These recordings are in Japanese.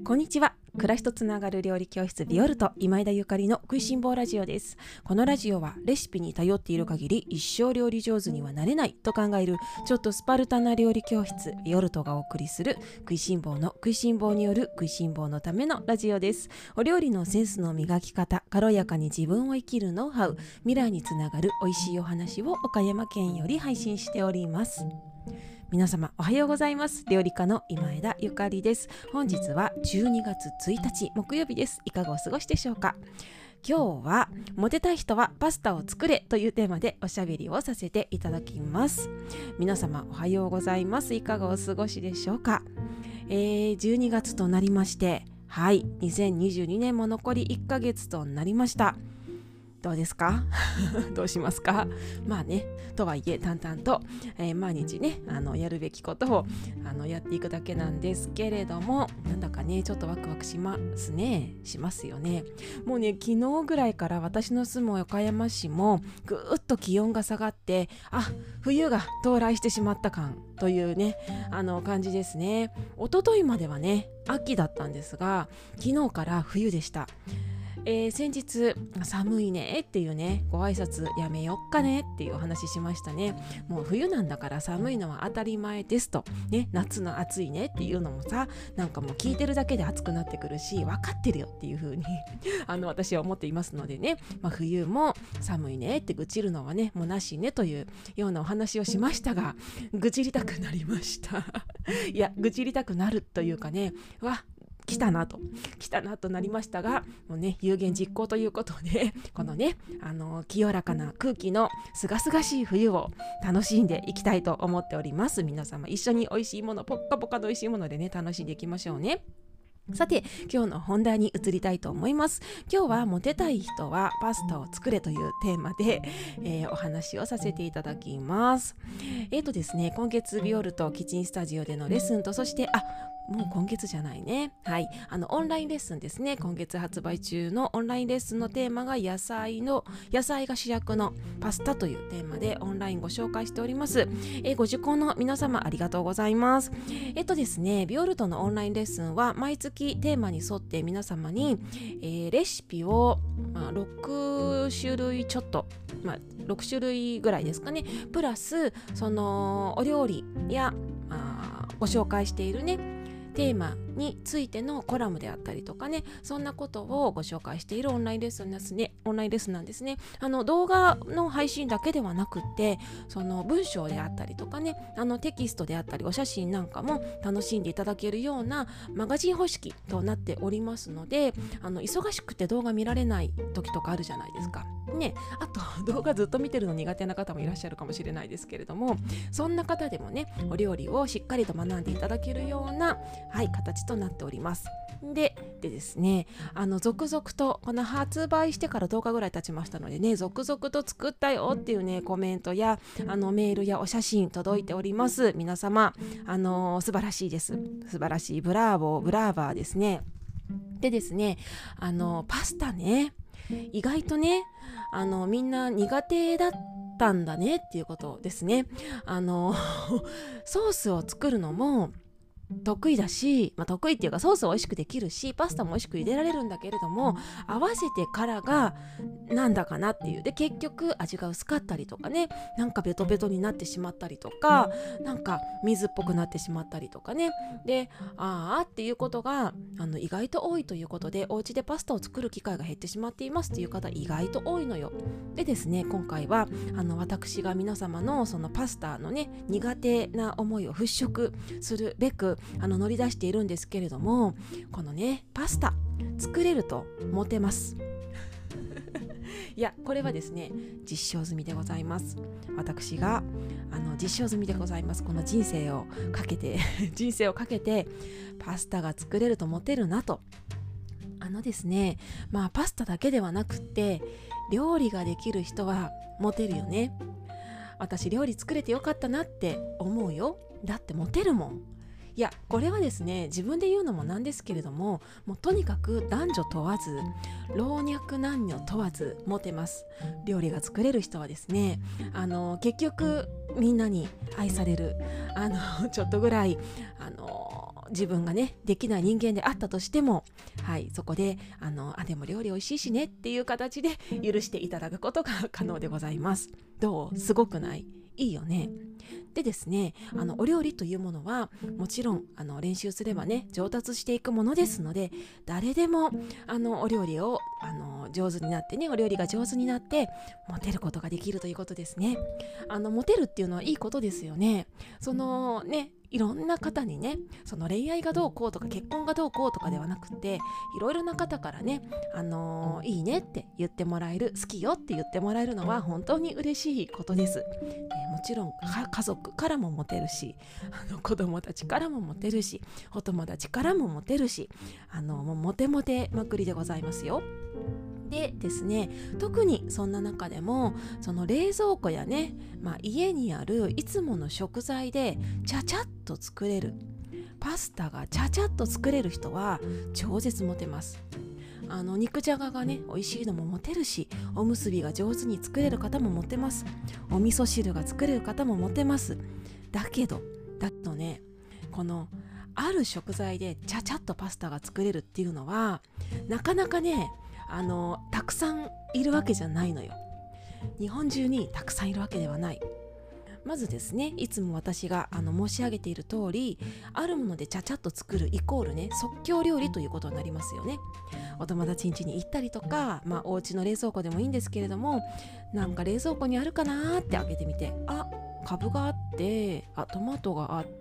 こんにちは。暮らしとつながる料理教室ビオルト今枝ゆかりの食いしん坊ラジオです。このラジオはレシピに頼っている限り一生料理上手にはなれないと考えるちょっとスパルタな料理教室ビオルトがお送りする食いしん坊の食いしん坊による食いしん坊のためのラジオです。お料理のセンスの磨き方、軽やかに自分を生きるノウハウ、未来につながる美味しいお話を岡山県より配信しております。皆様おはようございます。料理家の今枝ゆかりです。本日は12月1日木曜日です。いかがお過ごしでしょうか。今日はモテたい人はパスタを作れというテーマでおしゃべりをさせていただきます。皆様おはようございます。いかがお過ごしでしょうか。12月となりまして、2022年も残り1ヶ月となりました。どうですかどうしますか。とはいえ淡々と、毎日ねやるべきことをやっていくだけなんですけれども、なんだかねちょっとワクワクしますよね。もうね昨日ぐらいから私の住む岡山市もぐーっと気温が下がって、冬が到来してしまった感というね感じですね。一昨日まではね秋だったんですが、昨日から冬でした。先日寒いねっていうねご挨拶やめよっかねっていうお話しましたね。もう冬なんだから寒いのは当たり前ですとね、夏の暑いねっていうのもさ、なんかもう聞いてるだけで暑くなってくるし分かってるよっていう風に私は思っていますのでね、冬も寒いねって愚痴るのはねもうなしねというようなお話をしましたが、愚痴りたくなりましたいや愚痴りたくなるというかね、来たなとなりましたが、もうね有言実行ということで、このね清らかな空気のすがすがしい冬を楽しんでいきたいと思っております。皆様一緒に美味しいもの、ポッカポカの美味しいものでね楽しんでいきましょうね。さて今日の本題に移りたいと思います。今日はモテたい人はパスタを作れというテーマで、お話をさせていただきます。ですね、今月ビオルトキッチンスタジオでのレッスンと、そしてもう今月じゃないね、オンラインレッスンですね。今月発売中のオンラインレッスンのテーマが野菜が主役のパスタというテーマでオンラインご紹介しております。ご受講の皆様ありがとうございます。ですね、ビオルトのオンラインレッスンは毎月テーマに沿って皆様に、レシピを、6種類ちょっと、6種類ぐらいですかね、プラスそのお料理や、ご紹介しているねテーマについてのコラムであったりとかね、そんなことをご紹介しているオンラインレッスンなんですね。動画の配信だけではなくって、その文章であったりとかね、テキストであったりお写真なんかも楽しんでいただけるようなマガジン方式となっておりますので、忙しくて動画見られない時とかあるじゃないですかね。あと動画ずっと見てるの苦手な方もいらっしゃるかもしれないですけれども、そんな方でもねお料理をしっかりと学んでいただけるような形となっております。でですね、続々とこの発売してから10日ぐらい経ちましたのでね、続々と作ったよっていうねコメントやメールやお写真届いております。皆様素晴らしいです。素晴らしい、ブラーバーですね。でですね、パスタね、意外とねみんな苦手だったんだねっていうことですね。ソースを作るのも得意だし、得意っていうかソースを美味しくできるし、パスタも美味しく茹でられるんだけれども、合わせてからがなんだかなっていう。で結局味が薄かったりとかね、なんかベトベトになってしまったりとか、なんか水っぽくなってしまったりとかね、でっていうことが意外と多いということで、お家でパスタを作る機会が減ってしまっていますっていう方意外と多いのよ。でですね、今回は私が皆様のそのパスタのね苦手な思いを払拭するべく乗り出しているんですけれども、このねパスタ作れるとモテますいやこれはですね実証済みでございます。私が実証済みでございます。この人生をかけてパスタが作れるとモテるなと。ですね、パスタだけではなくって料理ができる人はモテるよね。私料理作れてよかったなって思うよ。だってモテるもん。いやこれはですね自分で言うのもなんですけれども、もうとにかく男女問わず老若男女問わずモテます。料理が作れる人はですね結局みんなに愛されるちょっとぐらい自分がねできない人間であったとしても、そこででも料理おいしいしねっていう形で許していただくことが可能でございます。どう？すごくない？いいよね。でですね、お料理というものはもちろん練習すればね上達していくものですので、誰でもお料理を上手になってね、お料理が上手になってモテることができるということですね。モテるっていうのはいいことですよね。いろんな方にね、その恋愛がどうこうとか結婚がどうこうとかではなくて、いろいろな方からね、いいねって言ってもらえる、好きよって言ってもらえるのは本当に嬉しいことです。もちろん家族からもモテるし、子供たちからもモテるし、お友達からもモテるし、もうモテモテまくりでございますよ。でですね、特にそんな中でもその冷蔵庫やね、家にあるいつもの食材でちゃちゃっと作れるパスタがちゃちゃっと作れる人は超絶モテます。肉じゃががね美味しいのもモテるし、おむすびが上手に作れる方もモテます。お味噌汁が作れる方もモテます。だけどね、このある食材でちゃちゃっとパスタが作れるっていうのはなかなかねたくさんいるわけじゃないのよ。日本中にたくさんいるわけではない。まずですね、いつも私が申し上げている通り、あるものでちゃちゃっと作るイコールね即興料理ということになりますよね。お友達ん家に行ったりとか、お家の冷蔵庫でもいいんですけれども、なんか冷蔵庫にあるかなって開けてみて、カブがあって、トマトがあって、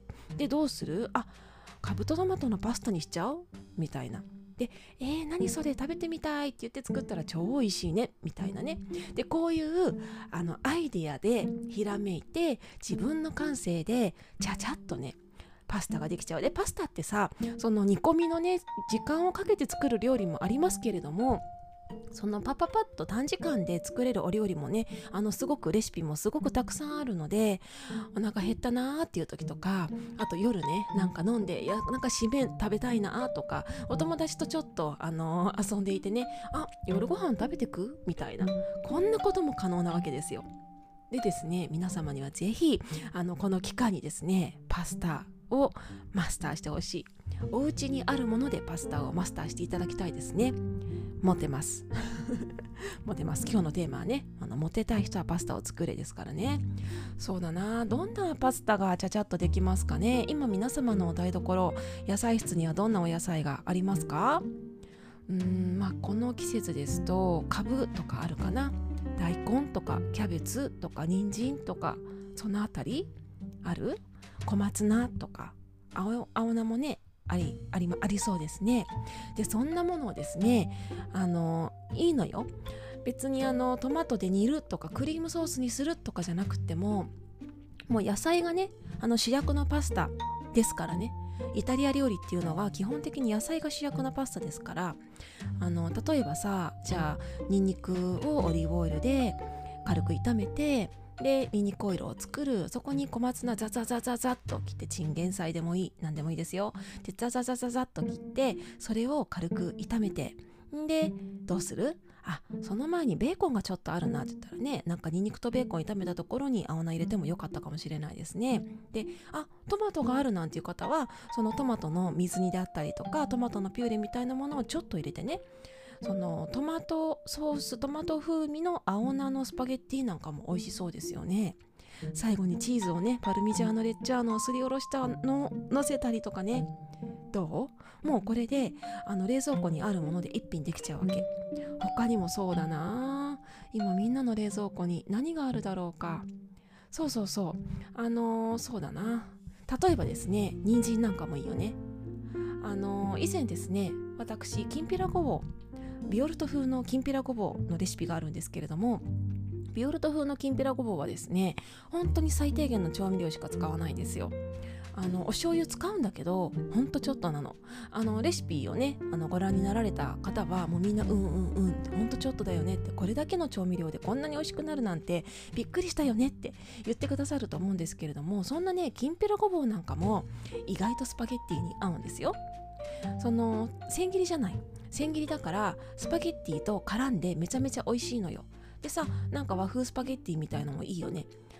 でどうする？カブとトマトのパスタにしちゃう？みたいな。で、何それ食べてみたいって言って作ったら超美味しいねみたいなね。でこういうアイディアでひらめいて自分の感性でちゃちゃっとねパスタができちゃう。でパスタってさ、その煮込みのね時間をかけて作る料理もありますけれども、そのパッと短時間で作れるお料理もねすごくレシピもすごくたくさんあるので、お腹減ったなーっていう時とか、あと夜ねなんか飲んでなんか締め食べたいなとか、お友達とちょっと遊んでいてね、夜ご飯食べてくみたいな、こんなことも可能なわけですよ。でですね、皆様にはぜひこの期間にですねパスタをマスターしてほしい。お家にあるものでパスタをマスターしていただきたいですね。モテますモテます。今日のテーマはね、モテたい人はパスタを作れですからね。そうだな、どんなパスタがちゃちゃっとできますかね。今皆様のお台所、野菜室にはどんなお野菜がありますか？この季節ですとカブとかあるかな。大根とかキャベツとか人参とか、そのあたりある？小松菜とか青菜もねありそうですね。でそんなものをですねいいのよ。別にトマトで煮るとかクリームソースにするとかじゃなくても、もう野菜がね主役のパスタですからね。イタリア料理っていうのは基本的に野菜が主役のパスタですから、例えばさ、じゃあニンニクをオリーブオイルで軽く炒めて、でニンニクオイルを作る。そこに小松菜ザザザザザッと切って、チンゲン菜でもいい、何でもいいですよ。でザザザザザッと切って、それを軽く炒めて、でどうする？その前にベーコンがちょっとあるなって言ったらね、なんかニンニクとベーコン炒めたところに青菜入れてもよかったかもしれないですね。でトマトがあるなんていう方は、そのトマトの水煮であったりとか、トマトのピューレみたいなものをちょっと入れてね、そのトマトソース、トマト風味の青菜のスパゲッティなんかも美味しそうですよね。最後にチーズをね、パルミジャーノレッジャーノをすりおろしたの乗せたりとかね。どう？もうこれで冷蔵庫にあるもので一品できちゃうわけ。他にもそうだな、今みんなの冷蔵庫に何があるだろうか。そうそうだな、例えばですね、人参なんかもいいよね。以前ですね、私きんぴらごぼう、ビオルト風のきんぴらごぼうのレシピがあるんですけれども、ビオルト風のきんぴらごぼうはですね、本当に最低限の調味料しか使わないんですよ。お醤油使うんだけどほんとちょっとなの。レシピをねご覧になられた方はもうみんなってほんとちょっとだよねって、これだけの調味料でこんなに美味しくなるなんてびっくりしたよねって言ってくださると思うんですけれども、そんなねきんぴらごぼうなんかも意外とスパゲッティに合うんですよ。その千切りじゃない、千切りだからスパゲッティと絡んでめちゃめちゃ美味しいのよ。でさ、なんか和風スパゲッティみたいのもいいよね。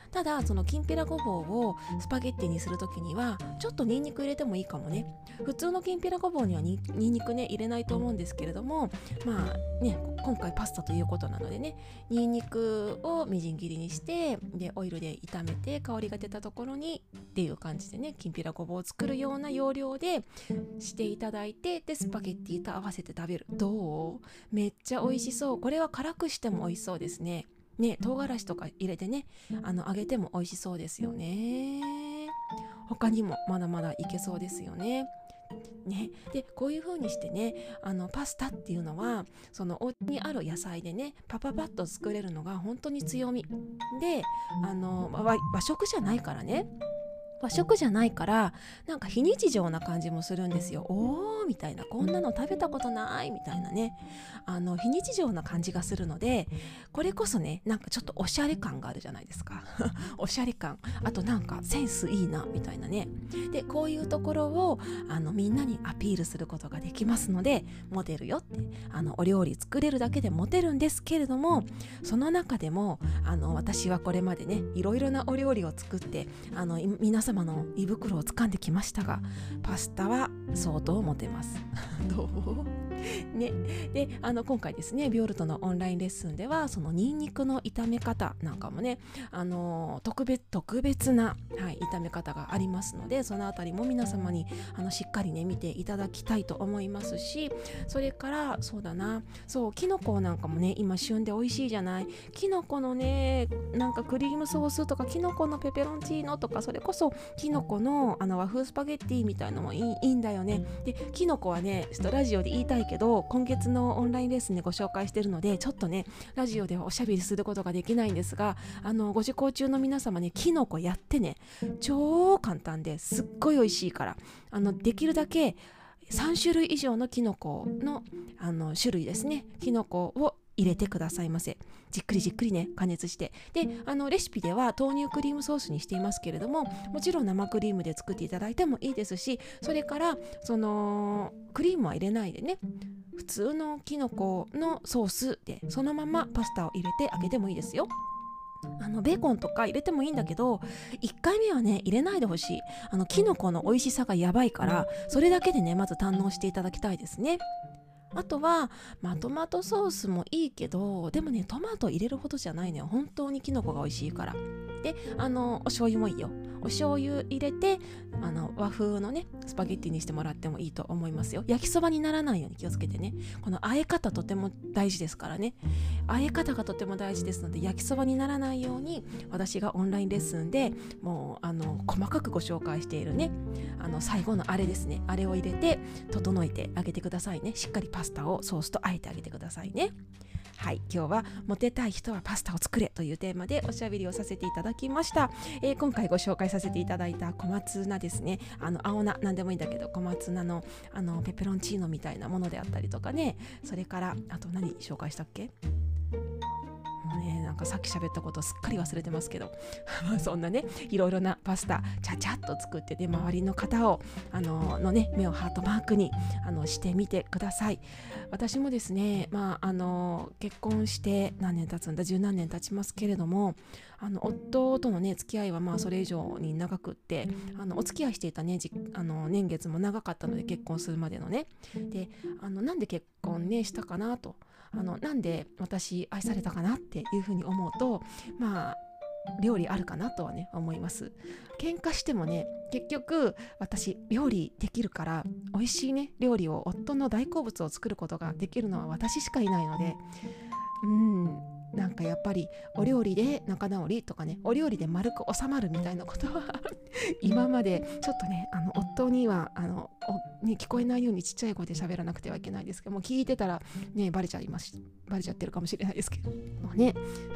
ただそのきんぴらごぼうをスパゲッティにするときにはちょっとニンニク入れてもいいかもね。普通のきんぴらごぼうにはニンニクね入れないと思うんですけれども、まあね今回パスタということなのでね、ニンニクをみじん切りにしてでオイルで炒めて香りが出たところにっていう感じでね、きんぴらごぼうを作るような要領でしていただいて、でスパゲッティと合わせて食べる。どう？めっちゃ美味しそう。これは辛くしても美味しそうですね。唐辛子とか入れてね揚げても美味しそうですよね。他にもまだまだいけそうですよね。でこういう風にしてねパスタっていうのはそのお家にある野菜でねパパッと作れるのが本当に強みで、和食じゃないからね、和食じゃないからなんか非日常な感じもするんですよ。おーみたいな、こんなの食べたことないみたいなね、非日常な感じがするので、これこそねなんかちょっとおしゃれ感があるじゃないですかおしゃれ感、あとなんかセンスいいなみたいなね。でこういうところをみんなにアピールすることができますので、モテるよって、お料理作れるだけでモテるんですけれども、その中でも私はこれまでねいろいろなお料理を作って皆様の胃袋を掴んできましたが、パスタは相当モテますどうね、で今回ですねビオルトのオンラインレッスンではそのニンニクの炒め方なんかもね特別な、炒め方がありますので、そのあたりも皆様にしっかりね見ていただきたいと思いますし、それからそうだな、そうキノコなんかもね今旬で美味しいじゃない。キノコのねなんかクリームソースとかキノコのペペロンチーノとか、それこそキノコの和風スパゲッティみたいのもいいんだよね。でキノコはねちょっとラジオで言いたいけど今月のオンラインレッスンでご紹介しているのでちょっとねラジオではおしゃべりすることができないんですが、ご受講中の皆様ねキノコやってね、超簡単ですっごい美味しいから、できるだけ3種類以上のキノコの種類ですね、キノコを入れてくださいませ。じっくりね加熱して、でレシピでは豆乳クリームソースにしていますけれども、もちろん生クリームで作っていただいてもいいですし、それからそのクリームは入れないでね普通のキノコのソースでそのままパスタを入れてあげてもいいですよ。ベーコンとか入れてもいいんだけど1回目はね入れないでほしい。キノコの美味しさがやばいから、それだけでねまず堪能していただきたいですね。あとは、トマトソースもいいけど、でもねトマト入れるほどじゃないのよ、本当にキノコが美味しいから。でお醤油もいいよ。お醤油入れて和風のねスパゲッティにしてもらってもいいと思いますよ。焼きそばにならないように気をつけてね。この和え方とても大事ですからね。和え方がとても大事ですので、焼きそばにならないように私がオンラインレッスンでもう細かくご紹介しているね最後のあれですね、あれを入れて整えてあげてくださいね。しっかりパスタをソースと和えてあげてくださいね。はい、今日はモテたい人はパスタを作れというテーマでおしゃべりをさせていただきました。今回ご紹介させていただいた小松菜ですね、青菜なんでもいいんだけど小松菜のペペロンチーノみたいなものであったりとかね、それからあと何紹介したっけ、もうねなんかさっき喋ったことすっかり忘れてますけどそんなねいろいろなパスタちゃちゃっと作ってで周りの方をのね目をハートマークにしてみてください。私もですね結婚して何年経つんだ、十何年経ちますけれども、夫とのね付き合いはそれ以上に長くって、お付き合いしていたね年月も長かったので、結婚するまでのね。でなんで結婚ねしたかなと、なんで私愛されたかなっていうふうに思うと、料理あるかなとはね思います。喧嘩してもね結局私料理できるから、美味しいね料理を夫の大好物を作ることができるのは私しかいないので、なんかやっぱりお料理で仲直りとかね、お料理で丸く収まるみたいなことは今までちょっとね夫には聞こえないようにちっちゃい声で喋らなくてはいけないですけども、聞いてたらねバレちゃってるかもしれないですけどね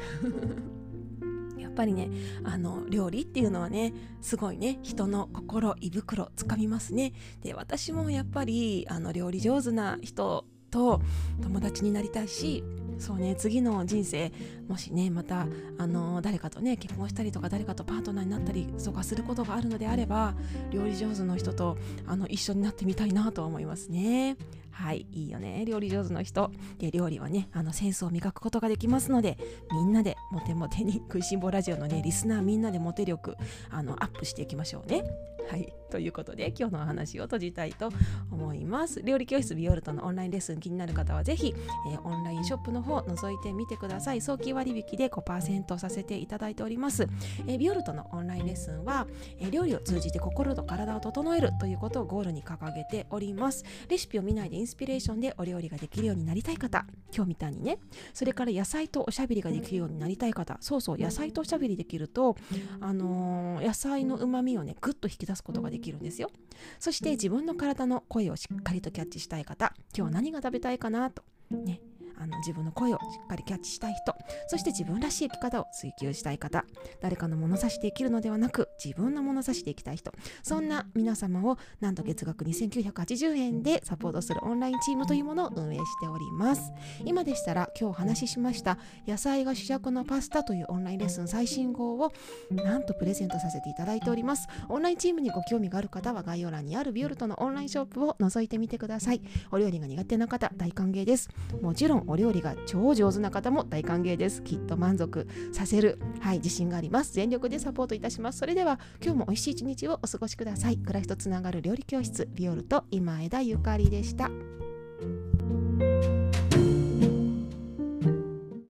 やっぱりね料理っていうのはねすごいね人の心胃袋つかみますね。で私もやっぱり料理上手な人と友達になりたいし、そうね次の人生もしねまた誰かとね結婚したりとか誰かとパートナーになったりとかすることがあるのであれば、料理上手の人と一緒になってみたいなと思いますね。 はい、いいよね、料理上手の人で。料理はね、センスを磨くことができますので、みんなでモテモテに、食いしん坊ラジオのねリスナーみんなでモテ力アップしていきましょうね。はい、ということで今日のお話を閉じたいと思います。料理教室ビオルトのオンラインレッスン気になる方はぜひ、オンラインショップの方覗いてみてください。早期割引で 5% させていただいております。ビオルトのオンラインレッスンは、料理を通じて心と体を整えるということをゴールに掲げております。レシピを見ないでインスピレーションでお料理ができるようになりたい方、今日みたいにね、それから野菜とおしゃべりができるようになりたい方、そうそう、野菜とおしゃべりできると、野菜の旨味をねぐっと引き出すことができるんですよ。そして自分の体の声をしっかりとキャッチしたい方、今日は何が食べたいかなとね、自分の声をしっかりキャッチしたい人、そして自分らしい生き方を追求したい方、誰かの物差しで生きるのではなく自分の物差しで生きたい人、そんな皆様をなんと月額2980円でサポートするオンラインチームというものを運営しております。今でしたら今日お話ししました野菜が主役のパスタというオンラインレッスン最新号をなんとプレゼントさせていただいております。オンラインチームにご興味がある方は概要欄にあるビオルトのオンラインショップを覗いてみてください。お料理が苦手な方大歓迎です。もちろんお料理が超上手な方も大歓迎です。きっと満足させる、自信があります。全力でサポートいたします。それでは今日も美味しい一日をお過ごしください。暮らしとつながる料理教室ビオルト今枝ゆかりでした。